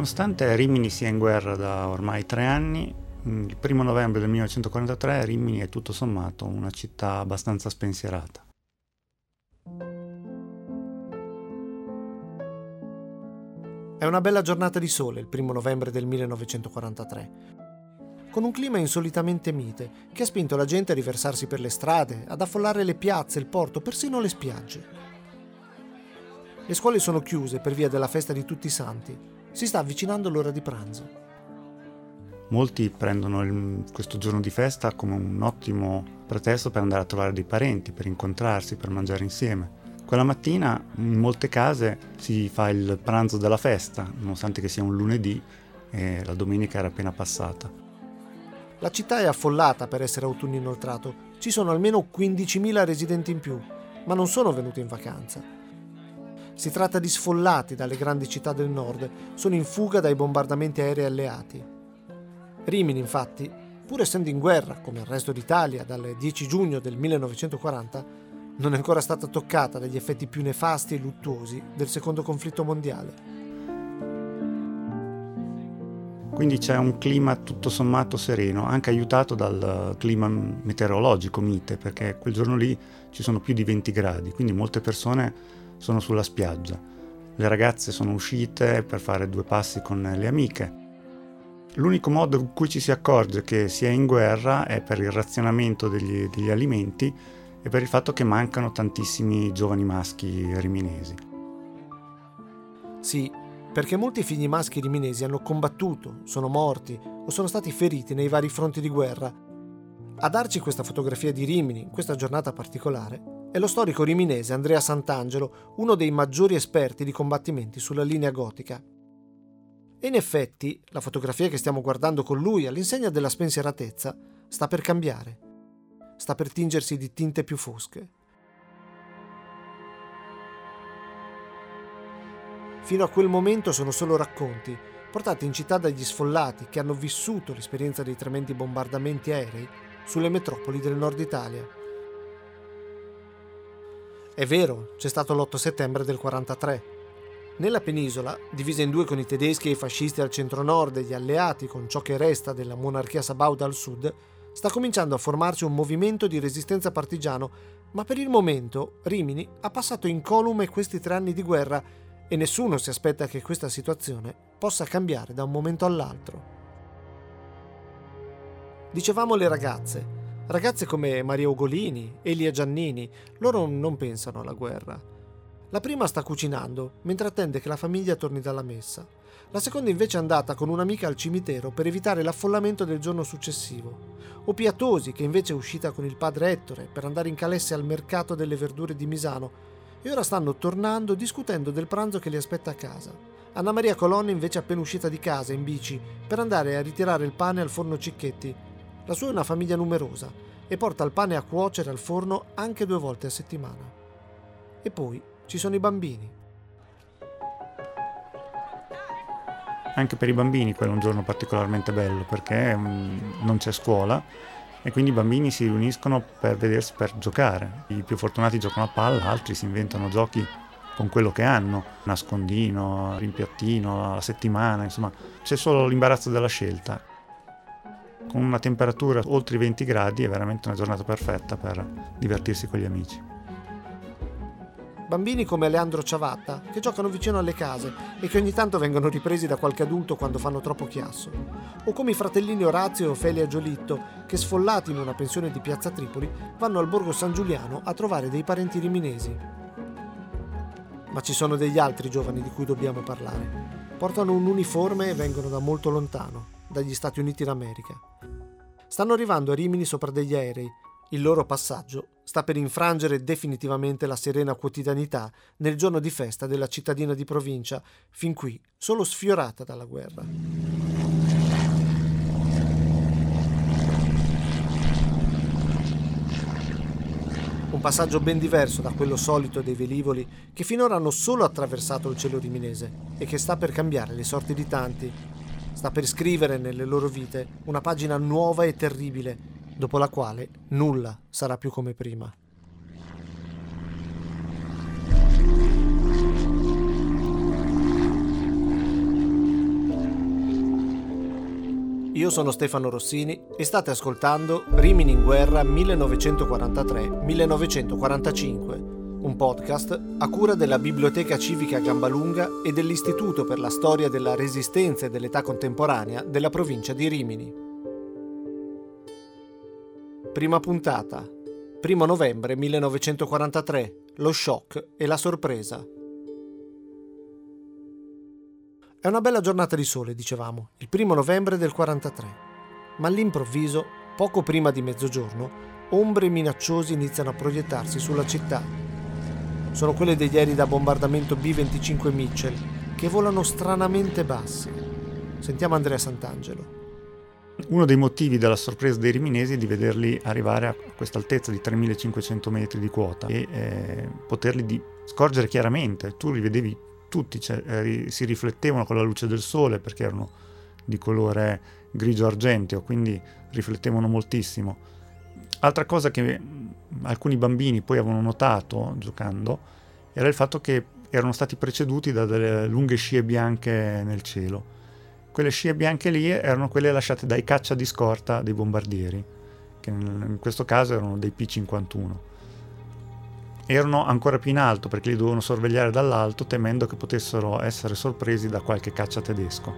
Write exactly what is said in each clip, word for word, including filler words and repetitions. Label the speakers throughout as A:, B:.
A: Nonostante Rimini sia in guerra da ormai tre anni, il primo novembre del millenovecentoquarantatré Rimini è tutto sommato una città abbastanza spensierata.
B: È una bella giornata di sole il primo novembre del millenovecentoquarantatré, con un clima insolitamente mite che ha spinto la gente a riversarsi per le strade, ad affollare le piazze, il porto, persino le spiagge. Le scuole sono chiuse per via della festa di Tutti i Santi. Si sta avvicinando l'ora di pranzo.
A: Molti prendono il, questo giorno di festa come un ottimo pretesto per andare a trovare dei parenti, per incontrarsi, per mangiare insieme. Quella mattina in molte case si fa il pranzo della festa, nonostante che sia un lunedì e la domenica era appena passata.
B: La città è affollata per essere autunno inoltrato. Ci sono almeno quindicimila residenti in più, ma non sono venuti in vacanza. Si tratta di sfollati dalle grandi città del nord, sono in fuga dai bombardamenti aerei alleati. Rimini, infatti, pur essendo in guerra, come il resto d'Italia, dal dieci giugno del millenovecentoquaranta, non è ancora stata toccata dagli effetti più nefasti e luttuosi del secondo conflitto mondiale.
A: Quindi c'è un clima tutto sommato sereno, anche aiutato dal clima meteorologico mite, perché quel giorno lì ci sono più di venti gradi, quindi molte persone sono sulla spiaggia. Le ragazze sono uscite per fare due passi con le amiche. L'unico modo in cui ci si accorge che si è in guerra è per il razionamento degli, degli alimenti e per il fatto che mancano tantissimi giovani maschi riminesi.
B: Sì, perché molti figli maschi riminesi hanno combattuto, sono morti o sono stati feriti nei vari fronti di guerra. A darci questa fotografia di Rimini, in questa giornata particolare, è lo storico riminese Andrea Sant'Angelo, uno dei maggiori esperti di combattimenti sulla linea gotica. E in effetti, la fotografia che stiamo guardando con lui, all'insegna della spensieratezza, sta per cambiare. Sta per tingersi di tinte più fosche. Fino a quel momento sono solo racconti, portati in città dagli sfollati che hanno vissuto l'esperienza dei tremendi bombardamenti aerei sulle metropoli del nord Italia. È vero, c'è stato l'otto settembre del quarantatré. Nella penisola, divisa in due con i tedeschi e i fascisti al centro-nord e gli alleati con ciò che resta della monarchia sabauda al sud, sta cominciando a formarsi un movimento di resistenza partigiano, ma per il momento Rimini ha passato incolume questi tre anni di guerra e nessuno si aspetta che questa situazione possa cambiare da un momento all'altro. Dicevamo le ragazze, ragazze come Maria Ugolini, Elia Giannini, loro non pensano alla guerra. La prima sta cucinando, mentre attende che la famiglia torni dalla messa. La seconda invece è andata con un'amica al cimitero per evitare l'affollamento del giorno successivo. O Piatosi, che invece è uscita con il padre Ettore per andare in calesse al mercato delle verdure di Misano, e ora stanno tornando discutendo del pranzo che li aspetta a casa. Anna Maria Colonna invece è appena uscita di casa in bici per andare a ritirare il pane al forno Cicchetti. La sua è una famiglia numerosa e porta il pane a cuocere al forno anche due volte a settimana. E poi ci sono i bambini.
A: Anche per i bambini quello è un giorno particolarmente bello perché um, non c'è scuola e quindi i bambini si riuniscono per vedersi, per giocare. I più fortunati giocano a palla, altri si inventano giochi con quello che hanno, nascondino, rimpiattino, a settimana, insomma c'è solo l'imbarazzo della scelta. Con una temperatura oltre i venti gradi è veramente una giornata perfetta per divertirsi con gli amici.
B: Bambini come Leandro Ciavatta, che giocano vicino alle case e che ogni tanto vengono ripresi da qualche adulto quando fanno troppo chiasso. O come i fratellini Orazio e Ofelia Giolitto, che sfollati in una pensione di Piazza Tripoli vanno al borgo San Giuliano a trovare dei parenti riminesi. Ma ci sono degli altri giovani di cui dobbiamo parlare. Portano un uniforme e vengono da molto lontano, dagli Stati Uniti d'America. Stanno arrivando a Rimini sopra degli aerei. Il loro passaggio sta per infrangere definitivamente la serena quotidianità nel giorno di festa della cittadina di provincia, fin qui solo sfiorata dalla guerra. Un passaggio ben diverso da quello solito dei velivoli che finora hanno solo attraversato il cielo riminese e che sta per cambiare le sorti di tanti. Sta per scrivere nelle loro vite una pagina nuova e terribile, dopo la quale nulla sarà più come prima. io sono Stefano Rossini e state ascoltando Rimini in guerra millenovecentoquarantatré millenovecentoquarantacinque, un podcast a cura della Biblioteca Civica Gambalunga e dell'Istituto per la Storia della Resistenza e dell'Età Contemporanea della provincia di Rimini. Prima puntata, primo novembre millenovecentoquarantatré, lo shock e la sorpresa. È una bella giornata di sole, dicevamo, il primo novembre del quarantatré, ma all'improvviso, poco prima di mezzogiorno, ombre minacciose iniziano a proiettarsi sulla città. Sono quelle degli aerei da bombardamento B venticinque Mitchell, che volano stranamente bassi. Sentiamo Andrea Santangelo.
A: Uno dei motivi della sorpresa dei riminesi è di vederli arrivare a questa altezza di tremilacinquecento metri di quota e eh, poterli di scorgere chiaramente. Tu li vedevi tutti, cioè, eh, si riflettevano con la luce del sole perché erano di colore grigio argenteo, quindi riflettevano moltissimo. Altra cosa che alcuni bambini poi avevano notato giocando era il fatto che erano stati preceduti da delle lunghe scie bianche nel cielo. Quelle scie bianche lì erano quelle lasciate dai caccia di scorta dei bombardieri, che in questo caso erano dei P cinquantuno. Erano ancora più in alto perché li dovevano sorvegliare dall'alto, temendo che potessero essere sorpresi da qualche caccia tedesco.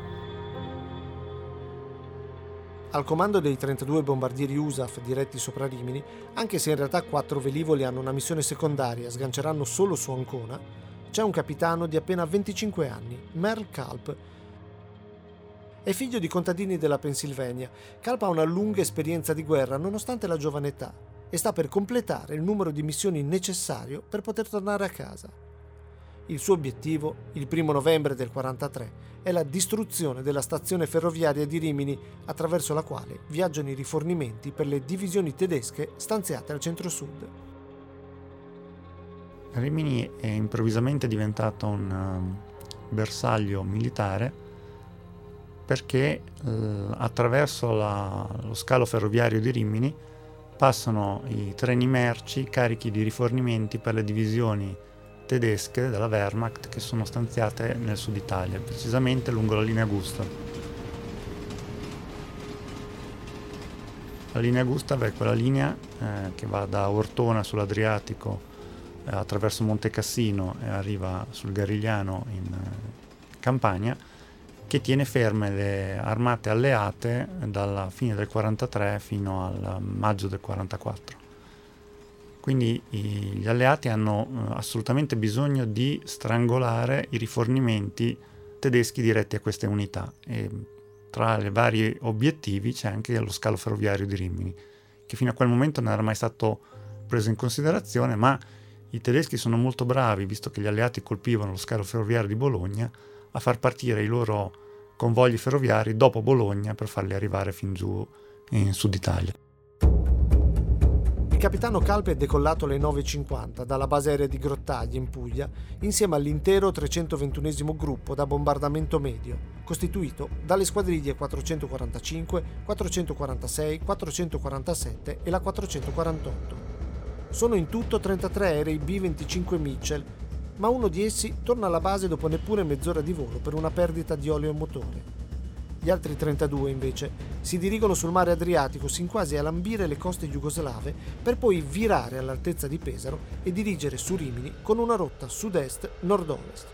B: Al comando dei trentadue bombardieri U S A F diretti sopra Rimini, anche se in realtà quattro velivoli hanno una missione secondaria, sganceranno solo su Ancona, c'è un capitano di appena venticinque anni, Merle Culp. È figlio di contadini della Pennsylvania. Culp ha una lunga esperienza di guerra nonostante la giovane età e sta per completare il numero di missioni necessario per poter tornare a casa. Il suo obiettivo, il primo novembre del quarantatré, è la distruzione della stazione ferroviaria di Rimini, attraverso la quale viaggiano i rifornimenti per le divisioni tedesche stanziate al centro-sud.
A: Rimini è improvvisamente diventato un um, bersaglio militare perché uh, attraverso la, lo scalo ferroviario di Rimini passano i treni merci carichi di rifornimenti per le divisioni tedesche della Wehrmacht che sono stanziate nel sud Italia, precisamente lungo la linea Gustav. La linea Gustav è quella linea eh, che va da Ortona sull'Adriatico eh, attraverso Monte Cassino e arriva sul Garigliano in eh, Campania, che tiene ferme le armate alleate dalla fine del quarantatré fino al maggio del quarantaquattro. Quindi i, gli alleati hanno eh, assolutamente bisogno di strangolare i rifornimenti tedeschi diretti a queste unità e tra i vari obiettivi c'è anche lo scalo ferroviario di Rimini, che fino a quel momento non era mai stato preso in considerazione, ma i tedeschi sono molto bravi, visto che gli alleati colpivano lo scalo ferroviario di Bologna, a far partire i loro convogli ferroviari dopo Bologna per farli arrivare fin giù in Sud Italia.
B: Il capitano Culp è decollato alle nove e cinquanta dalla base aerea di Grottaglie in Puglia insieme all'intero trecentoventunesimo gruppo da bombardamento medio, costituito dalle squadriglie quattrocentoquarantacinque, quattrocentoquarantasei, quattrocentoquarantasette e la quattrocentoquarantotto. Sono in tutto trentatré aerei B venticinque Mitchell, ma uno di essi torna alla base dopo neppure mezz'ora di volo per una perdita di olio e motore. Gli altri trentadue, invece, si dirigono sul mare Adriatico sin quasi a lambire le coste jugoslave per poi virare all'altezza di Pesaro e dirigere su Rimini con una rotta sud-est-nord-ovest.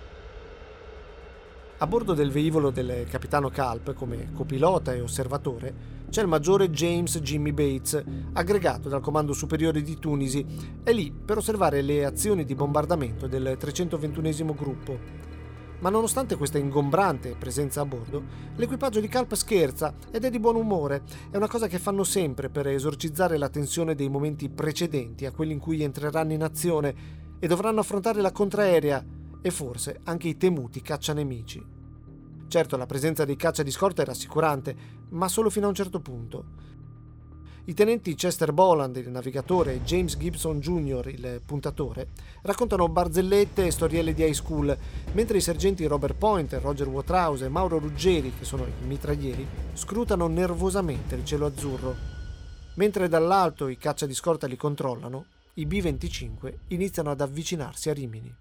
B: A bordo del velivolo del capitano Culp, come copilota e osservatore, c'è il maggiore James Jimmy Bates, aggregato dal comando superiore di Tunisi, è lì per osservare le azioni di bombardamento del trecentoventunesimo gruppo. Ma nonostante questa ingombrante presenza a bordo, l'equipaggio di Culp scherza ed è di buon umore. È una cosa che fanno sempre per esorcizzare la tensione dei momenti precedenti a quelli in cui entreranno in azione e dovranno affrontare la contraerea e forse anche i temuti caccianemici. Certo, la presenza dei caccia di scorta è rassicurante, ma solo fino a un certo punto. I tenenti Chester Boland, il navigatore, e James Gibson Junior, il puntatore, raccontano barzellette e storielle di high school, mentre i sergenti Robert Pointer, Roger Watrous e Mauro Ruggeri, che sono i mitraglieri, scrutano nervosamente il cielo azzurro. Mentre dall'alto i caccia di scorta li controllano, i B venticinque iniziano ad avvicinarsi a Rimini.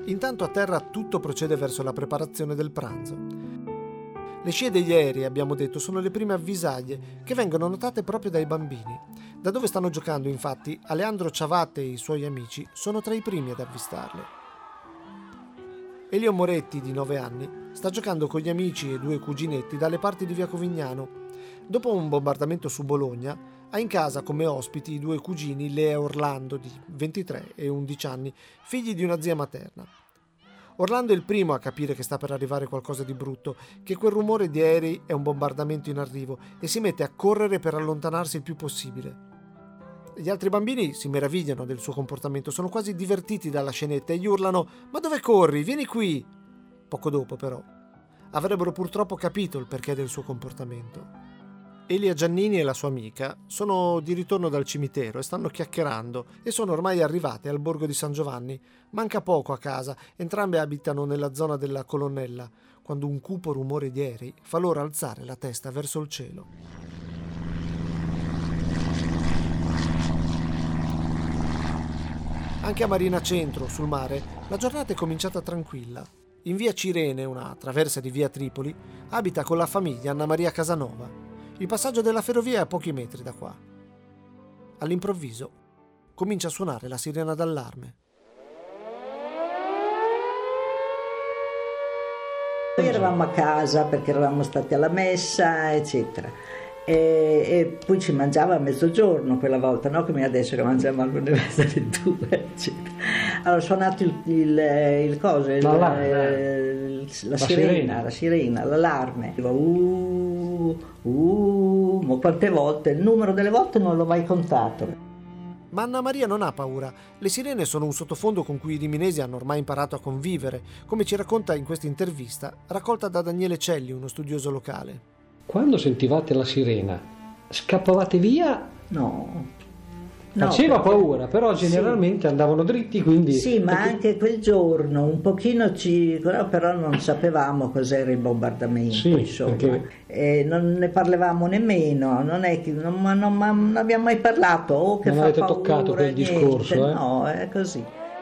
B: Intanto a terra tutto procede verso la preparazione del pranzo. Le scie degli aerei, abbiamo detto, sono le prime avvisaglie che vengono notate proprio dai bambini. Da dove stanno giocando, infatti, Aleandro Ciavatte e i suoi amici sono tra i primi ad avvistarle. Elio Moretti, di nove anni, sta giocando con gli amici e due cuginetti dalle parti di via Covignano. Dopo un bombardamento su Bologna, ha in casa come ospiti i due cugini Lea e Orlando, di ventitré e undici anni, figli di una zia materna. Orlando è il primo a capire che sta per arrivare qualcosa di brutto, che quel rumore di aerei è un bombardamento in arrivo, e si mette a correre per allontanarsi il più possibile. Gli altri bambini si meravigliano del suo comportamento, sono quasi divertiti dalla scenetta e gli urlano «Ma dove corri? Vieni qui!». Poco dopo, però, avrebbero purtroppo capito il perché del suo comportamento. Elia Giannini e la sua amica sono di ritorno dal cimitero e stanno chiacchierando e sono ormai arrivate al borgo di San Giovanni. Manca poco a casa, entrambe abitano nella zona della colonnella, quando un cupo rumore di aerei fa loro alzare la testa verso il cielo. Anche a Marina Centro, sul mare, la giornata è cominciata tranquilla. In via Cirene, una traversa di via Tripoli, abita con la famiglia Anna Maria Casanova. Il passaggio della ferrovia è a pochi metri da qua. All'improvviso comincia a suonare la sirena d'allarme.
C: Noi eravamo a casa perché eravamo stati alla messa, eccetera. E, e poi ci mangiava a mezzogiorno quella volta, no? Come adesso che mangiamo alcune volte alle due, eccetera. Allora ho suonato il, il, il coso, il, il, il, la, la sirena, sirena, la sirena, l'allarme. Uh, uh, ma quante volte? Il numero delle volte non l'ho mai contato.
B: Ma Anna Maria non ha paura. Le sirene sono un sottofondo con cui i riminesi hanno ormai imparato a convivere, come ci racconta in questa intervista, raccolta da Daniele Celli, uno studioso locale.
D: Quando sentivate la sirena, scappavate via?
C: No.
D: Faceva
C: no,
D: paura, però generalmente sì. Andavano dritti, quindi...
C: Sì, ma
D: perché...
C: anche quel giorno un pochino ci... però non sapevamo cos'era il bombardamento, sì, insomma. Perché... E non ne parlavamo nemmeno, non è che non, non, non abbiamo mai parlato, oh, che
D: non
C: fa
D: avete
C: paura,
D: toccato quel
C: niente.
D: discorso, eh?
C: No, è così.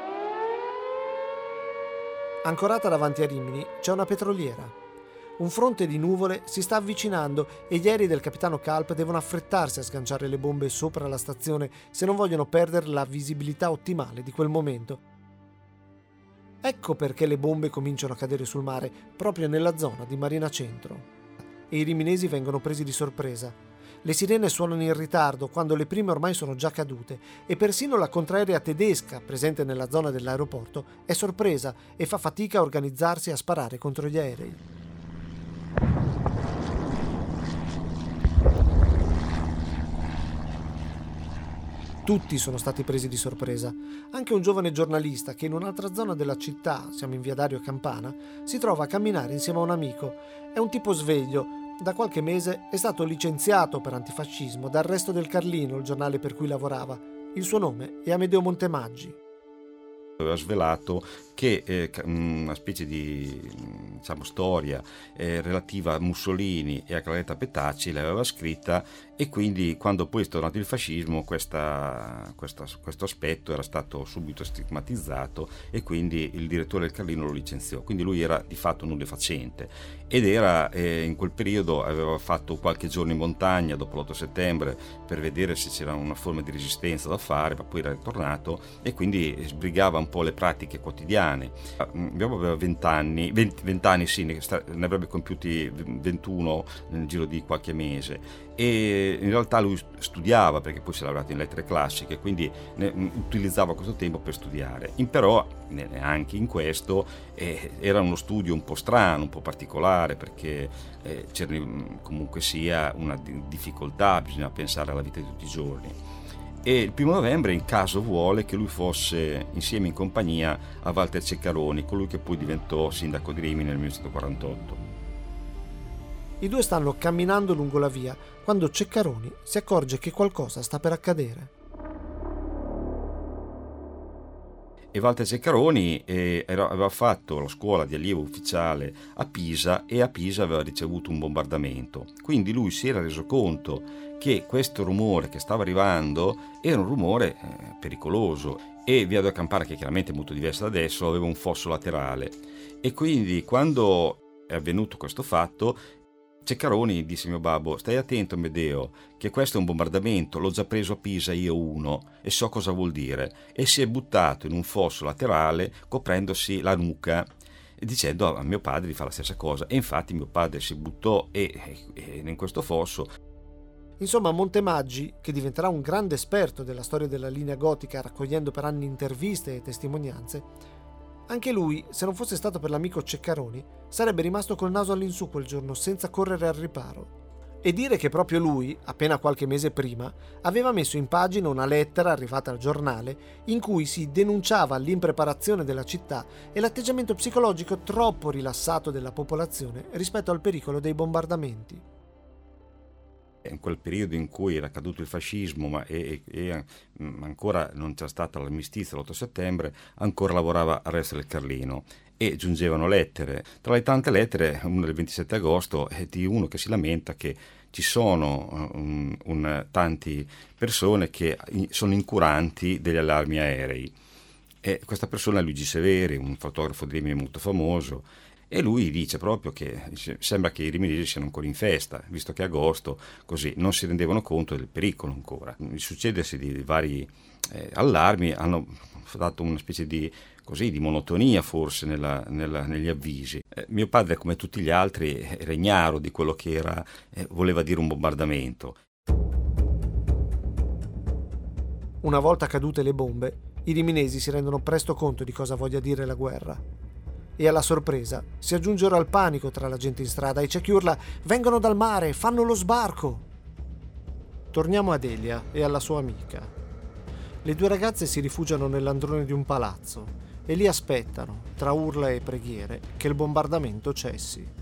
B: Ancorata davanti a Rimini c'è una petroliera. Un fronte di nuvole si sta avvicinando e gli aerei del capitano Kalp devono affrettarsi a sganciare le bombe sopra la stazione se non vogliono perdere la visibilità ottimale di quel momento. Ecco perché le bombe cominciano a cadere sul mare, proprio nella zona di Marina Centro. E i riminesi vengono presi di sorpresa. Le sirene suonano in ritardo quando le prime ormai sono già cadute e persino la contraerea tedesca, presente nella zona dell'aeroporto, è sorpresa e fa fatica a organizzarsi e a sparare contro gli aerei. Tutti sono stati presi di sorpresa. Anche un giovane giornalista che in un'altra zona della città, siamo in via Dario Campana, si trova a camminare insieme a un amico. È un tipo sveglio. Da qualche mese è stato licenziato per antifascismo dal Resto del Carlino, il giornale per cui lavorava. Il suo nome è Amedeo Montemaggi.
E: Aveva svelato che eh, una specie di diciamo, storia eh, relativa a Mussolini e a Claretta Petacci l'aveva scritta, e quindi quando poi è tornato il fascismo questa, questa, questo aspetto era stato subito stigmatizzato e quindi il direttore del Carlino lo licenziò. Quindi lui era di fatto nullefacente ed era eh, in quel periodo aveva fatto qualche giorno in montagna dopo l'otto settembre per vedere se c'era una forma di resistenza da fare, ma poi era ritornato e quindi sbrigava un po' le pratiche quotidiane. Abbiamo aveva venti anni, venti, venti anni sì, ne, ne avrebbe compiuti ventuno nel giro di qualche mese, e in realtà lui studiava perché poi si è laureato in lettere classiche, quindi ne, utilizzava questo tempo per studiare. In, però anche in questo eh, era uno studio un po' strano, un po' particolare, perché eh, c'era comunque sia una difficoltà, bisogna pensare alla vita di tutti i giorni. E il primo novembre in caso vuole che lui fosse insieme in compagnia a Walter Ceccaroni, colui che poi diventò sindaco di Rimini nel millenovecentoquarantotto.
B: I due stanno camminando lungo la via quando Ceccaroni si accorge che qualcosa sta per accadere.
E: E Walter Ceccaroni eh, era, aveva fatto la scuola di allievo ufficiale a Pisa e a Pisa aveva ricevuto un bombardamento. Quindi lui si era reso conto che questo rumore che stava arrivando era un rumore eh, pericoloso e via Due Campana, che chiaramente è molto diversa da adesso, aveva un fosso laterale, e quindi quando è avvenuto questo fatto Ceccaroni disse a mio babbo: stai attento Amedeo, che questo è un bombardamento, l'ho già preso a Pisa io uno e so cosa vuol dire, e si è buttato in un fosso laterale coprendosi la nuca, dicendo a mio padre di fare la stessa cosa, e infatti mio padre si buttò e, e in questo fosso.
B: Insomma, Montemaggi, che diventerà un grande esperto della storia della linea gotica raccogliendo per anni interviste e testimonianze, anche lui, se non fosse stato per l'amico Ceccaroni, sarebbe rimasto col naso all'insù quel giorno senza correre al riparo. E dire che proprio lui, appena qualche mese prima, aveva messo in pagina una lettera arrivata al giornale in cui si denunciava l'impreparazione della città e l'atteggiamento psicologico troppo rilassato della popolazione rispetto al pericolo dei bombardamenti.
E: In quel periodo in cui era caduto il fascismo, ma e, e ancora non c'era stata l'armistizio l'otto settembre, ancora lavorava a Resto del Carlino e giungevano lettere. Tra le tante lettere, una del ventisette agosto, è di uno che si lamenta che ci sono um, un, tanti persone che sono incuranti degli allarmi aerei. E questa persona è Luigi Severi, un fotografo di Rimini molto famoso, e lui dice proprio che sembra che i riminesi siano ancora in festa, visto che è agosto, così non si rendevano conto del pericolo ancora. Il succedersi di vari eh, allarmi hanno dato una specie di, così, di monotonia forse nella, nella, negli avvisi. Eh, mio padre, come tutti gli altri, era ignaro di quello che era, eh, voleva dire un bombardamento.
B: Una volta cadute le bombe, i riminesi si rendono presto conto di cosa voglia dire la guerra. E alla sorpresa si aggiungerà il panico tra la gente in strada e c'è chi urla: vengono dal mare, fanno lo sbarco. Torniamo ad Elia e alla sua amica. Le due ragazze si rifugiano nell'androne di un palazzo e lì aspettano, tra urla e preghiere, che il bombardamento cessi.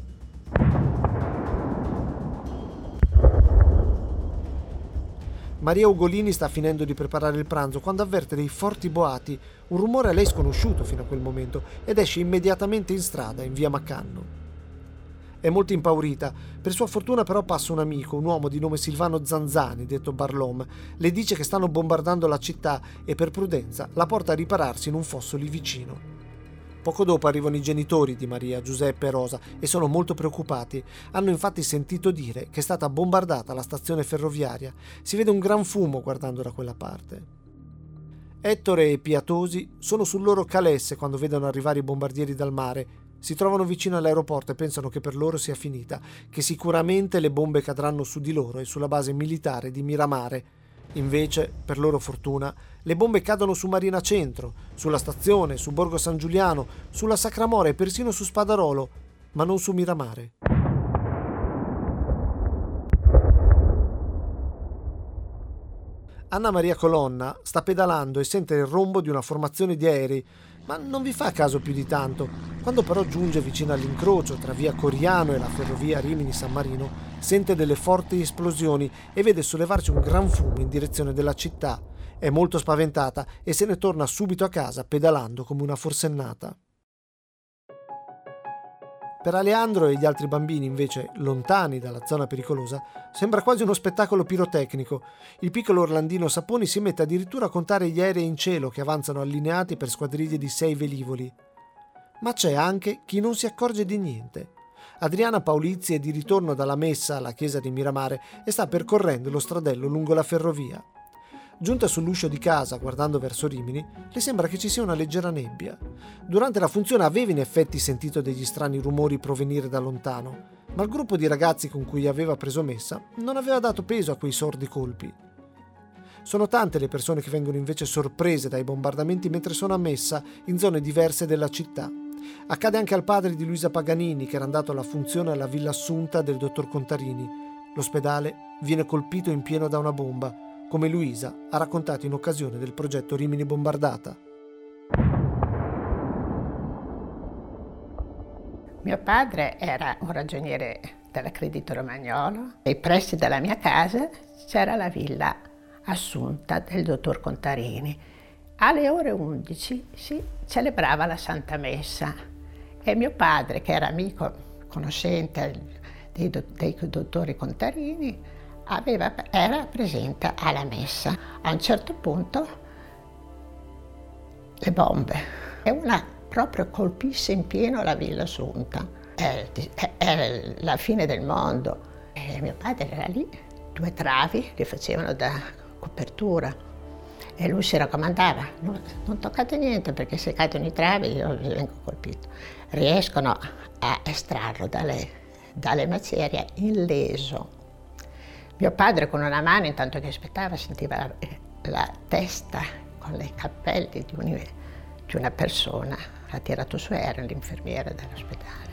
B: Maria Ugolini sta finendo di preparare il pranzo quando avverte dei forti boati, un rumore a lei sconosciuto fino a quel momento, ed esce immediatamente in strada, in via Maccanno. È molto impaurita, per sua fortuna però passa un amico, un uomo di nome Silvano Zanzani, detto Barlom, le dice che stanno bombardando la città e per prudenza la porta a ripararsi in un fosso lì vicino. Poco dopo arrivano i genitori di Maria, Giuseppe e Rosa, e sono molto preoccupati. Hanno infatti sentito dire che è stata bombardata la stazione ferroviaria. Si vede un gran fumo guardando da quella parte. Ettore e Piatosi sono sul loro calesse quando vedono arrivare i bombardieri dal mare. Si trovano vicino all'aeroporto e pensano che per loro sia finita, che sicuramente le bombe cadranno su di loro e sulla base militare di Miramare. Invece, per loro fortuna, le bombe cadono su Marina Centro, sulla stazione, su Borgo San Giuliano, sulla Sacramore e persino su Spadarolo, ma non su Miramare. Anna Maria Colonna sta pedalando e sente il rombo di una formazione di aerei, ma non vi fa caso più di tanto. Quando però giunge vicino all'incrocio tra via Coriano e la ferrovia Rimini-San Marino, sente delle forti esplosioni e vede sollevarsi un gran fumo in direzione della città. È molto spaventata e se ne torna subito a casa pedalando come una forsennata. Per Aleandro e gli altri bambini, invece, lontani dalla zona pericolosa, sembra quasi uno spettacolo pirotecnico. Il piccolo Orlandino Saponi si mette addirittura a contare gli aerei in cielo che avanzano allineati per squadriglie di sei velivoli. Ma c'è anche chi non si accorge di niente. Adriana Paolizzi è di ritorno dalla messa alla chiesa di Miramare e sta percorrendo lo stradello lungo la ferrovia. Giunta sull'uscio di casa, guardando verso Rimini, le sembra che ci sia una leggera nebbia. Durante la funzione aveva in effetti sentito degli strani rumori provenire da lontano, ma il gruppo di ragazzi con cui aveva preso messa non aveva dato peso a quei sordi colpi. Sono tante le persone che vengono invece sorprese dai bombardamenti mentre sono a messa in zone diverse della città. Accade anche al padre di Luisa Paganini, che era andato alla funzione alla Villa Assunta del dottor Contarini. L'ospedale viene colpito in pieno da una bomba, come Luisa ha raccontato in occasione del progetto Rimini bombardata.
F: Mio padre era un ragioniere dell'Accredito Romagnolo. Ai pressi della mia casa c'era la Villa Assunta del dottor Contarini. Alle ore undici si celebrava la Santa Messa e mio padre, che era amico, conoscente dei, do- dei dottori Contarini, aveva, era presente alla messa. A un certo punto le bombe. E una proprio colpisse in pieno la Villa Assunta. Era la fine del mondo. E mio padre era lì, due travi che facevano da copertura. E lui si raccomandava, no, non toccate niente perché se cadono i travi io vi vengo colpito. Riescono a estrarlo dalle, dalle macerie illeso. Mio padre con una mano, intanto che aspettava, sentiva la, la testa con i capelli di, un, di una persona. L'ha tirato su, era l'infermiera dell'ospedale.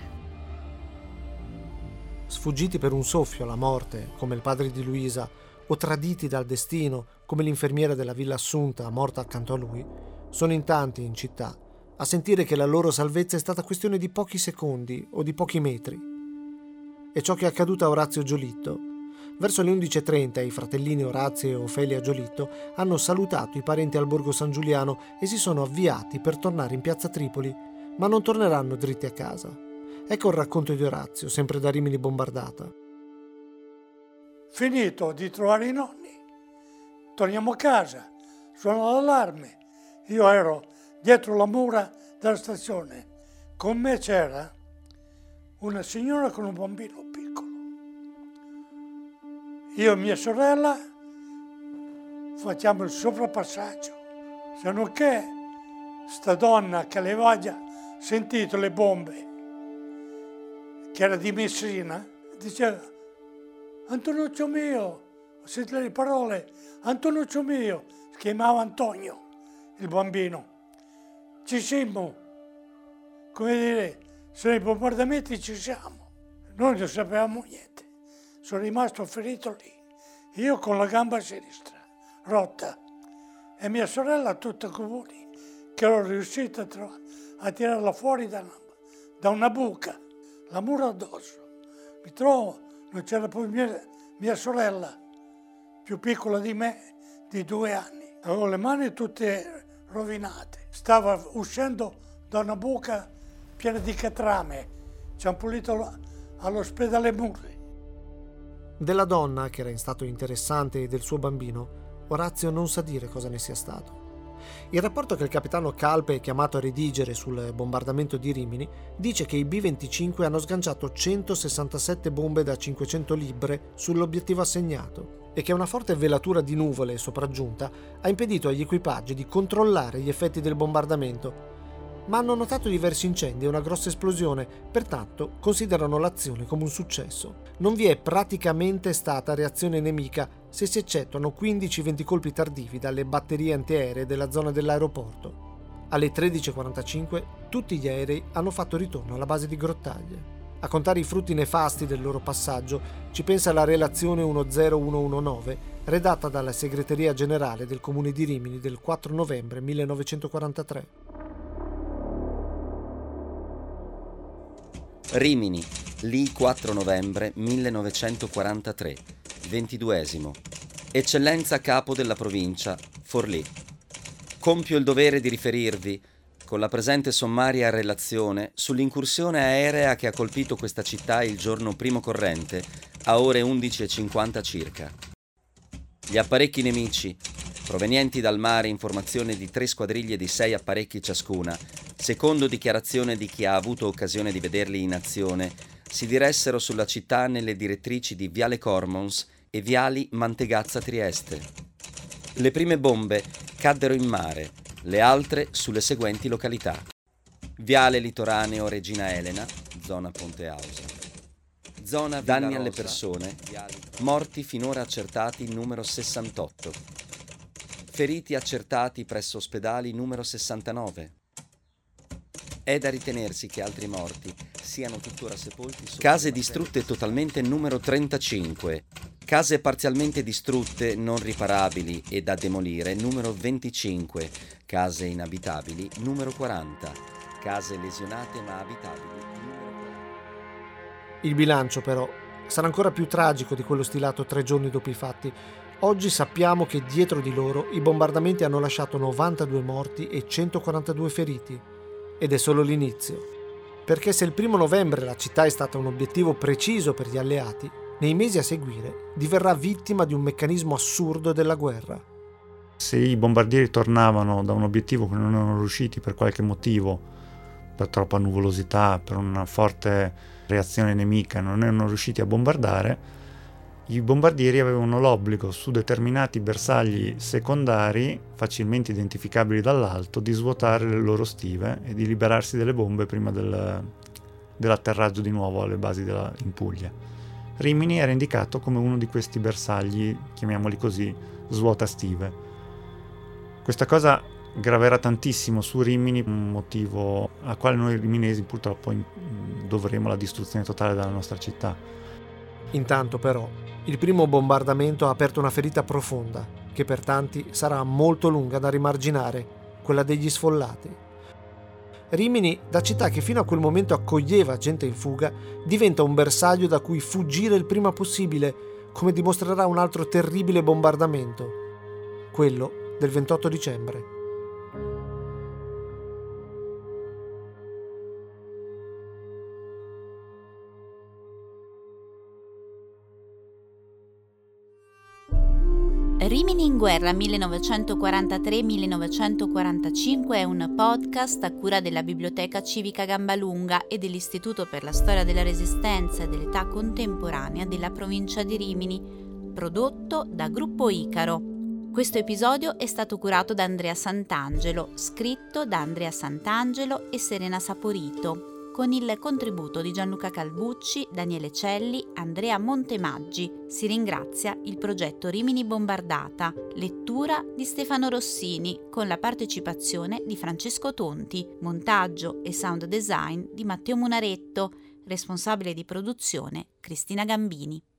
B: Sfuggiti per un soffio alla morte, come il padre di Luisa, o traditi dal destino, come l'infermiera della Villa Assunta morta accanto a lui, sono in tanti in città a sentire che la loro salvezza è stata questione di pochi secondi o di pochi metri. È ciò che è accaduto a Orazio Giolitto. Verso le undici e trenta i fratellini Orazio e Ofelia Giolitto hanno salutato i parenti al Borgo San Giuliano e si sono avviati per tornare in piazza Tripoli, ma non torneranno dritti a casa. Ecco il racconto di Orazio, sempre da Rimini bombardata.
G: Finito di trovare i nonni, torniamo a casa, suona l'allarme. Io ero dietro la mura della stazione, con me c'era una signora con un bambino piccolo. Io e mia sorella facciamo il sovrapassaggio, se non che sta donna che aveva già sentito le bombe, che era di Messina, diceva: Antonuccio mio, ho sentito le parole, Antonuccio mio, si chiamava Antonio, il bambino. Ci siamo, come dire, se nei bombardamenti ci siamo. Noi non sapevamo niente, sono rimasto ferito lì, io con la gamba sinistra, rotta, e mia sorella tutta comuni, che ero riuscita a, tro- a tirarla fuori da una, da una buca, la mura addosso. Mi trovo, non c'era poi mia, mia sorella, più piccola di me, di due anni. Avevo le mani tutte rovinate. Stava uscendo da una buca piena di catrame. Ci hanno pulito all'ospedale Murri.
B: Della donna, che era in stato interessante, e del suo bambino, Orazio non sa dire cosa ne sia stato. Il rapporto che il capitano Calpe è chiamato a redigere sul bombardamento di Rimini dice che i B venticinque hanno sganciato centosessantasette bombe da cinquecento libre sull'obiettivo assegnato e che una forte velatura di nuvole sopraggiunta ha impedito agli equipaggi di controllare gli effetti del bombardamento, ma hanno notato diversi incendi e una grossa esplosione, pertanto considerano l'azione come un successo. Non vi è praticamente stata reazione nemica se si eccettuano quindici venti colpi tardivi dalle batterie antiaeree della zona dell'aeroporto. Alle tredici e quarantacinque tutti gli aerei hanno fatto ritorno alla base di Grottaglie. A contare i frutti nefasti del loro passaggio ci pensa la relazione uno zero uno uno nove redatta dalla segreteria generale del comune di Rimini del quattro novembre millenovecentoquarantatré.
H: Rimini, lì quattro novembre millenovecentoquarantatré, ventiduesimo. Eccellenza capo della provincia, Forlì. Compio il dovere di riferirvi, con la presente sommaria relazione, sull'incursione aerea che ha colpito questa città il giorno primo corrente, a ore undici e cinquanta circa. Gli apparecchi nemici, provenienti dal mare in formazione di tre squadriglie di sei apparecchi ciascuna, secondo dichiarazione di chi ha avuto occasione di vederli in azione, si diressero sulla città nelle direttrici di Viale Cormons e Viali Mantegazza Trieste. Le prime bombe caddero in mare, le altre sulle seguenti località: Viale Litoraneo Regina Elena, zona Ponte Ausa. Zona Villa Danni Rosa, alle persone, morti finora accertati numero sessantotto. Feriti accertati presso ospedali numero sessantanove. È da ritenersi che altri morti siano tuttora sepolti. Case distrutte totalmente numero trentacinque. Case parzialmente distrutte, non riparabili e da demolire numero venticinque. Case inabitabili numero quaranta. Case lesionate ma abitabili numero quaranta.
B: Il bilancio però sarà ancora più tragico di quello stilato tre giorni dopo i fatti. Oggi sappiamo che dietro di loro i bombardamenti hanno lasciato novantadue morti e centoquarantadue feriti. Ed è solo l'inizio. Perché se il primo novembre la città è stata un obiettivo preciso per gli alleati, nei mesi a seguire diverrà vittima di un meccanismo assurdo della guerra.
A: Se i bombardieri tornavano da un obiettivo che non erano riusciti per qualche motivo, per troppa nuvolosità, per una forte reazione nemica, non erano riusciti a bombardare, i bombardieri avevano l'obbligo su determinati bersagli secondari, facilmente identificabili dall'alto, di svuotare le loro stive e di liberarsi delle bombe prima del, dell'atterraggio di nuovo alle basi della, in Puglia. Rimini era indicato come uno di questi bersagli, chiamiamoli così, svuotastive. Questa cosa graverà tantissimo su Rimini, un motivo a quale noi riminesi purtroppo dovremo la distruzione totale della nostra città.
B: Intanto però il primo bombardamento ha aperto una ferita profonda che per tanti sarà molto lunga da rimarginare, quella degli sfollati. Rimini, da città che fino a quel momento accoglieva gente in fuga, diventa un bersaglio da cui fuggire il prima possibile, come dimostrerà un altro terribile bombardamento, quello del ventotto dicembre.
I: Rimini in guerra millenovecentoquarantatré millenovecentoquarantacinque è un podcast a cura della Biblioteca Civica Gambalunga e dell'Istituto per la Storia della Resistenza e dell'Età Contemporanea della provincia di Rimini, prodotto da Gruppo Icaro. Questo episodio è stato curato da Andrea Santangelo, scritto da Andrea Santangelo e Serena Saporito, con il contributo di Gianluca Calbucci, Daniele Celli, Andrea Montemaggi. Si ringrazia il progetto Rimini Bombardata, lettura di Stefano Rossini, con la partecipazione di Francesco Tonti, montaggio e sound design di Matteo Munaretto, responsabile di produzione Cristina Gambini.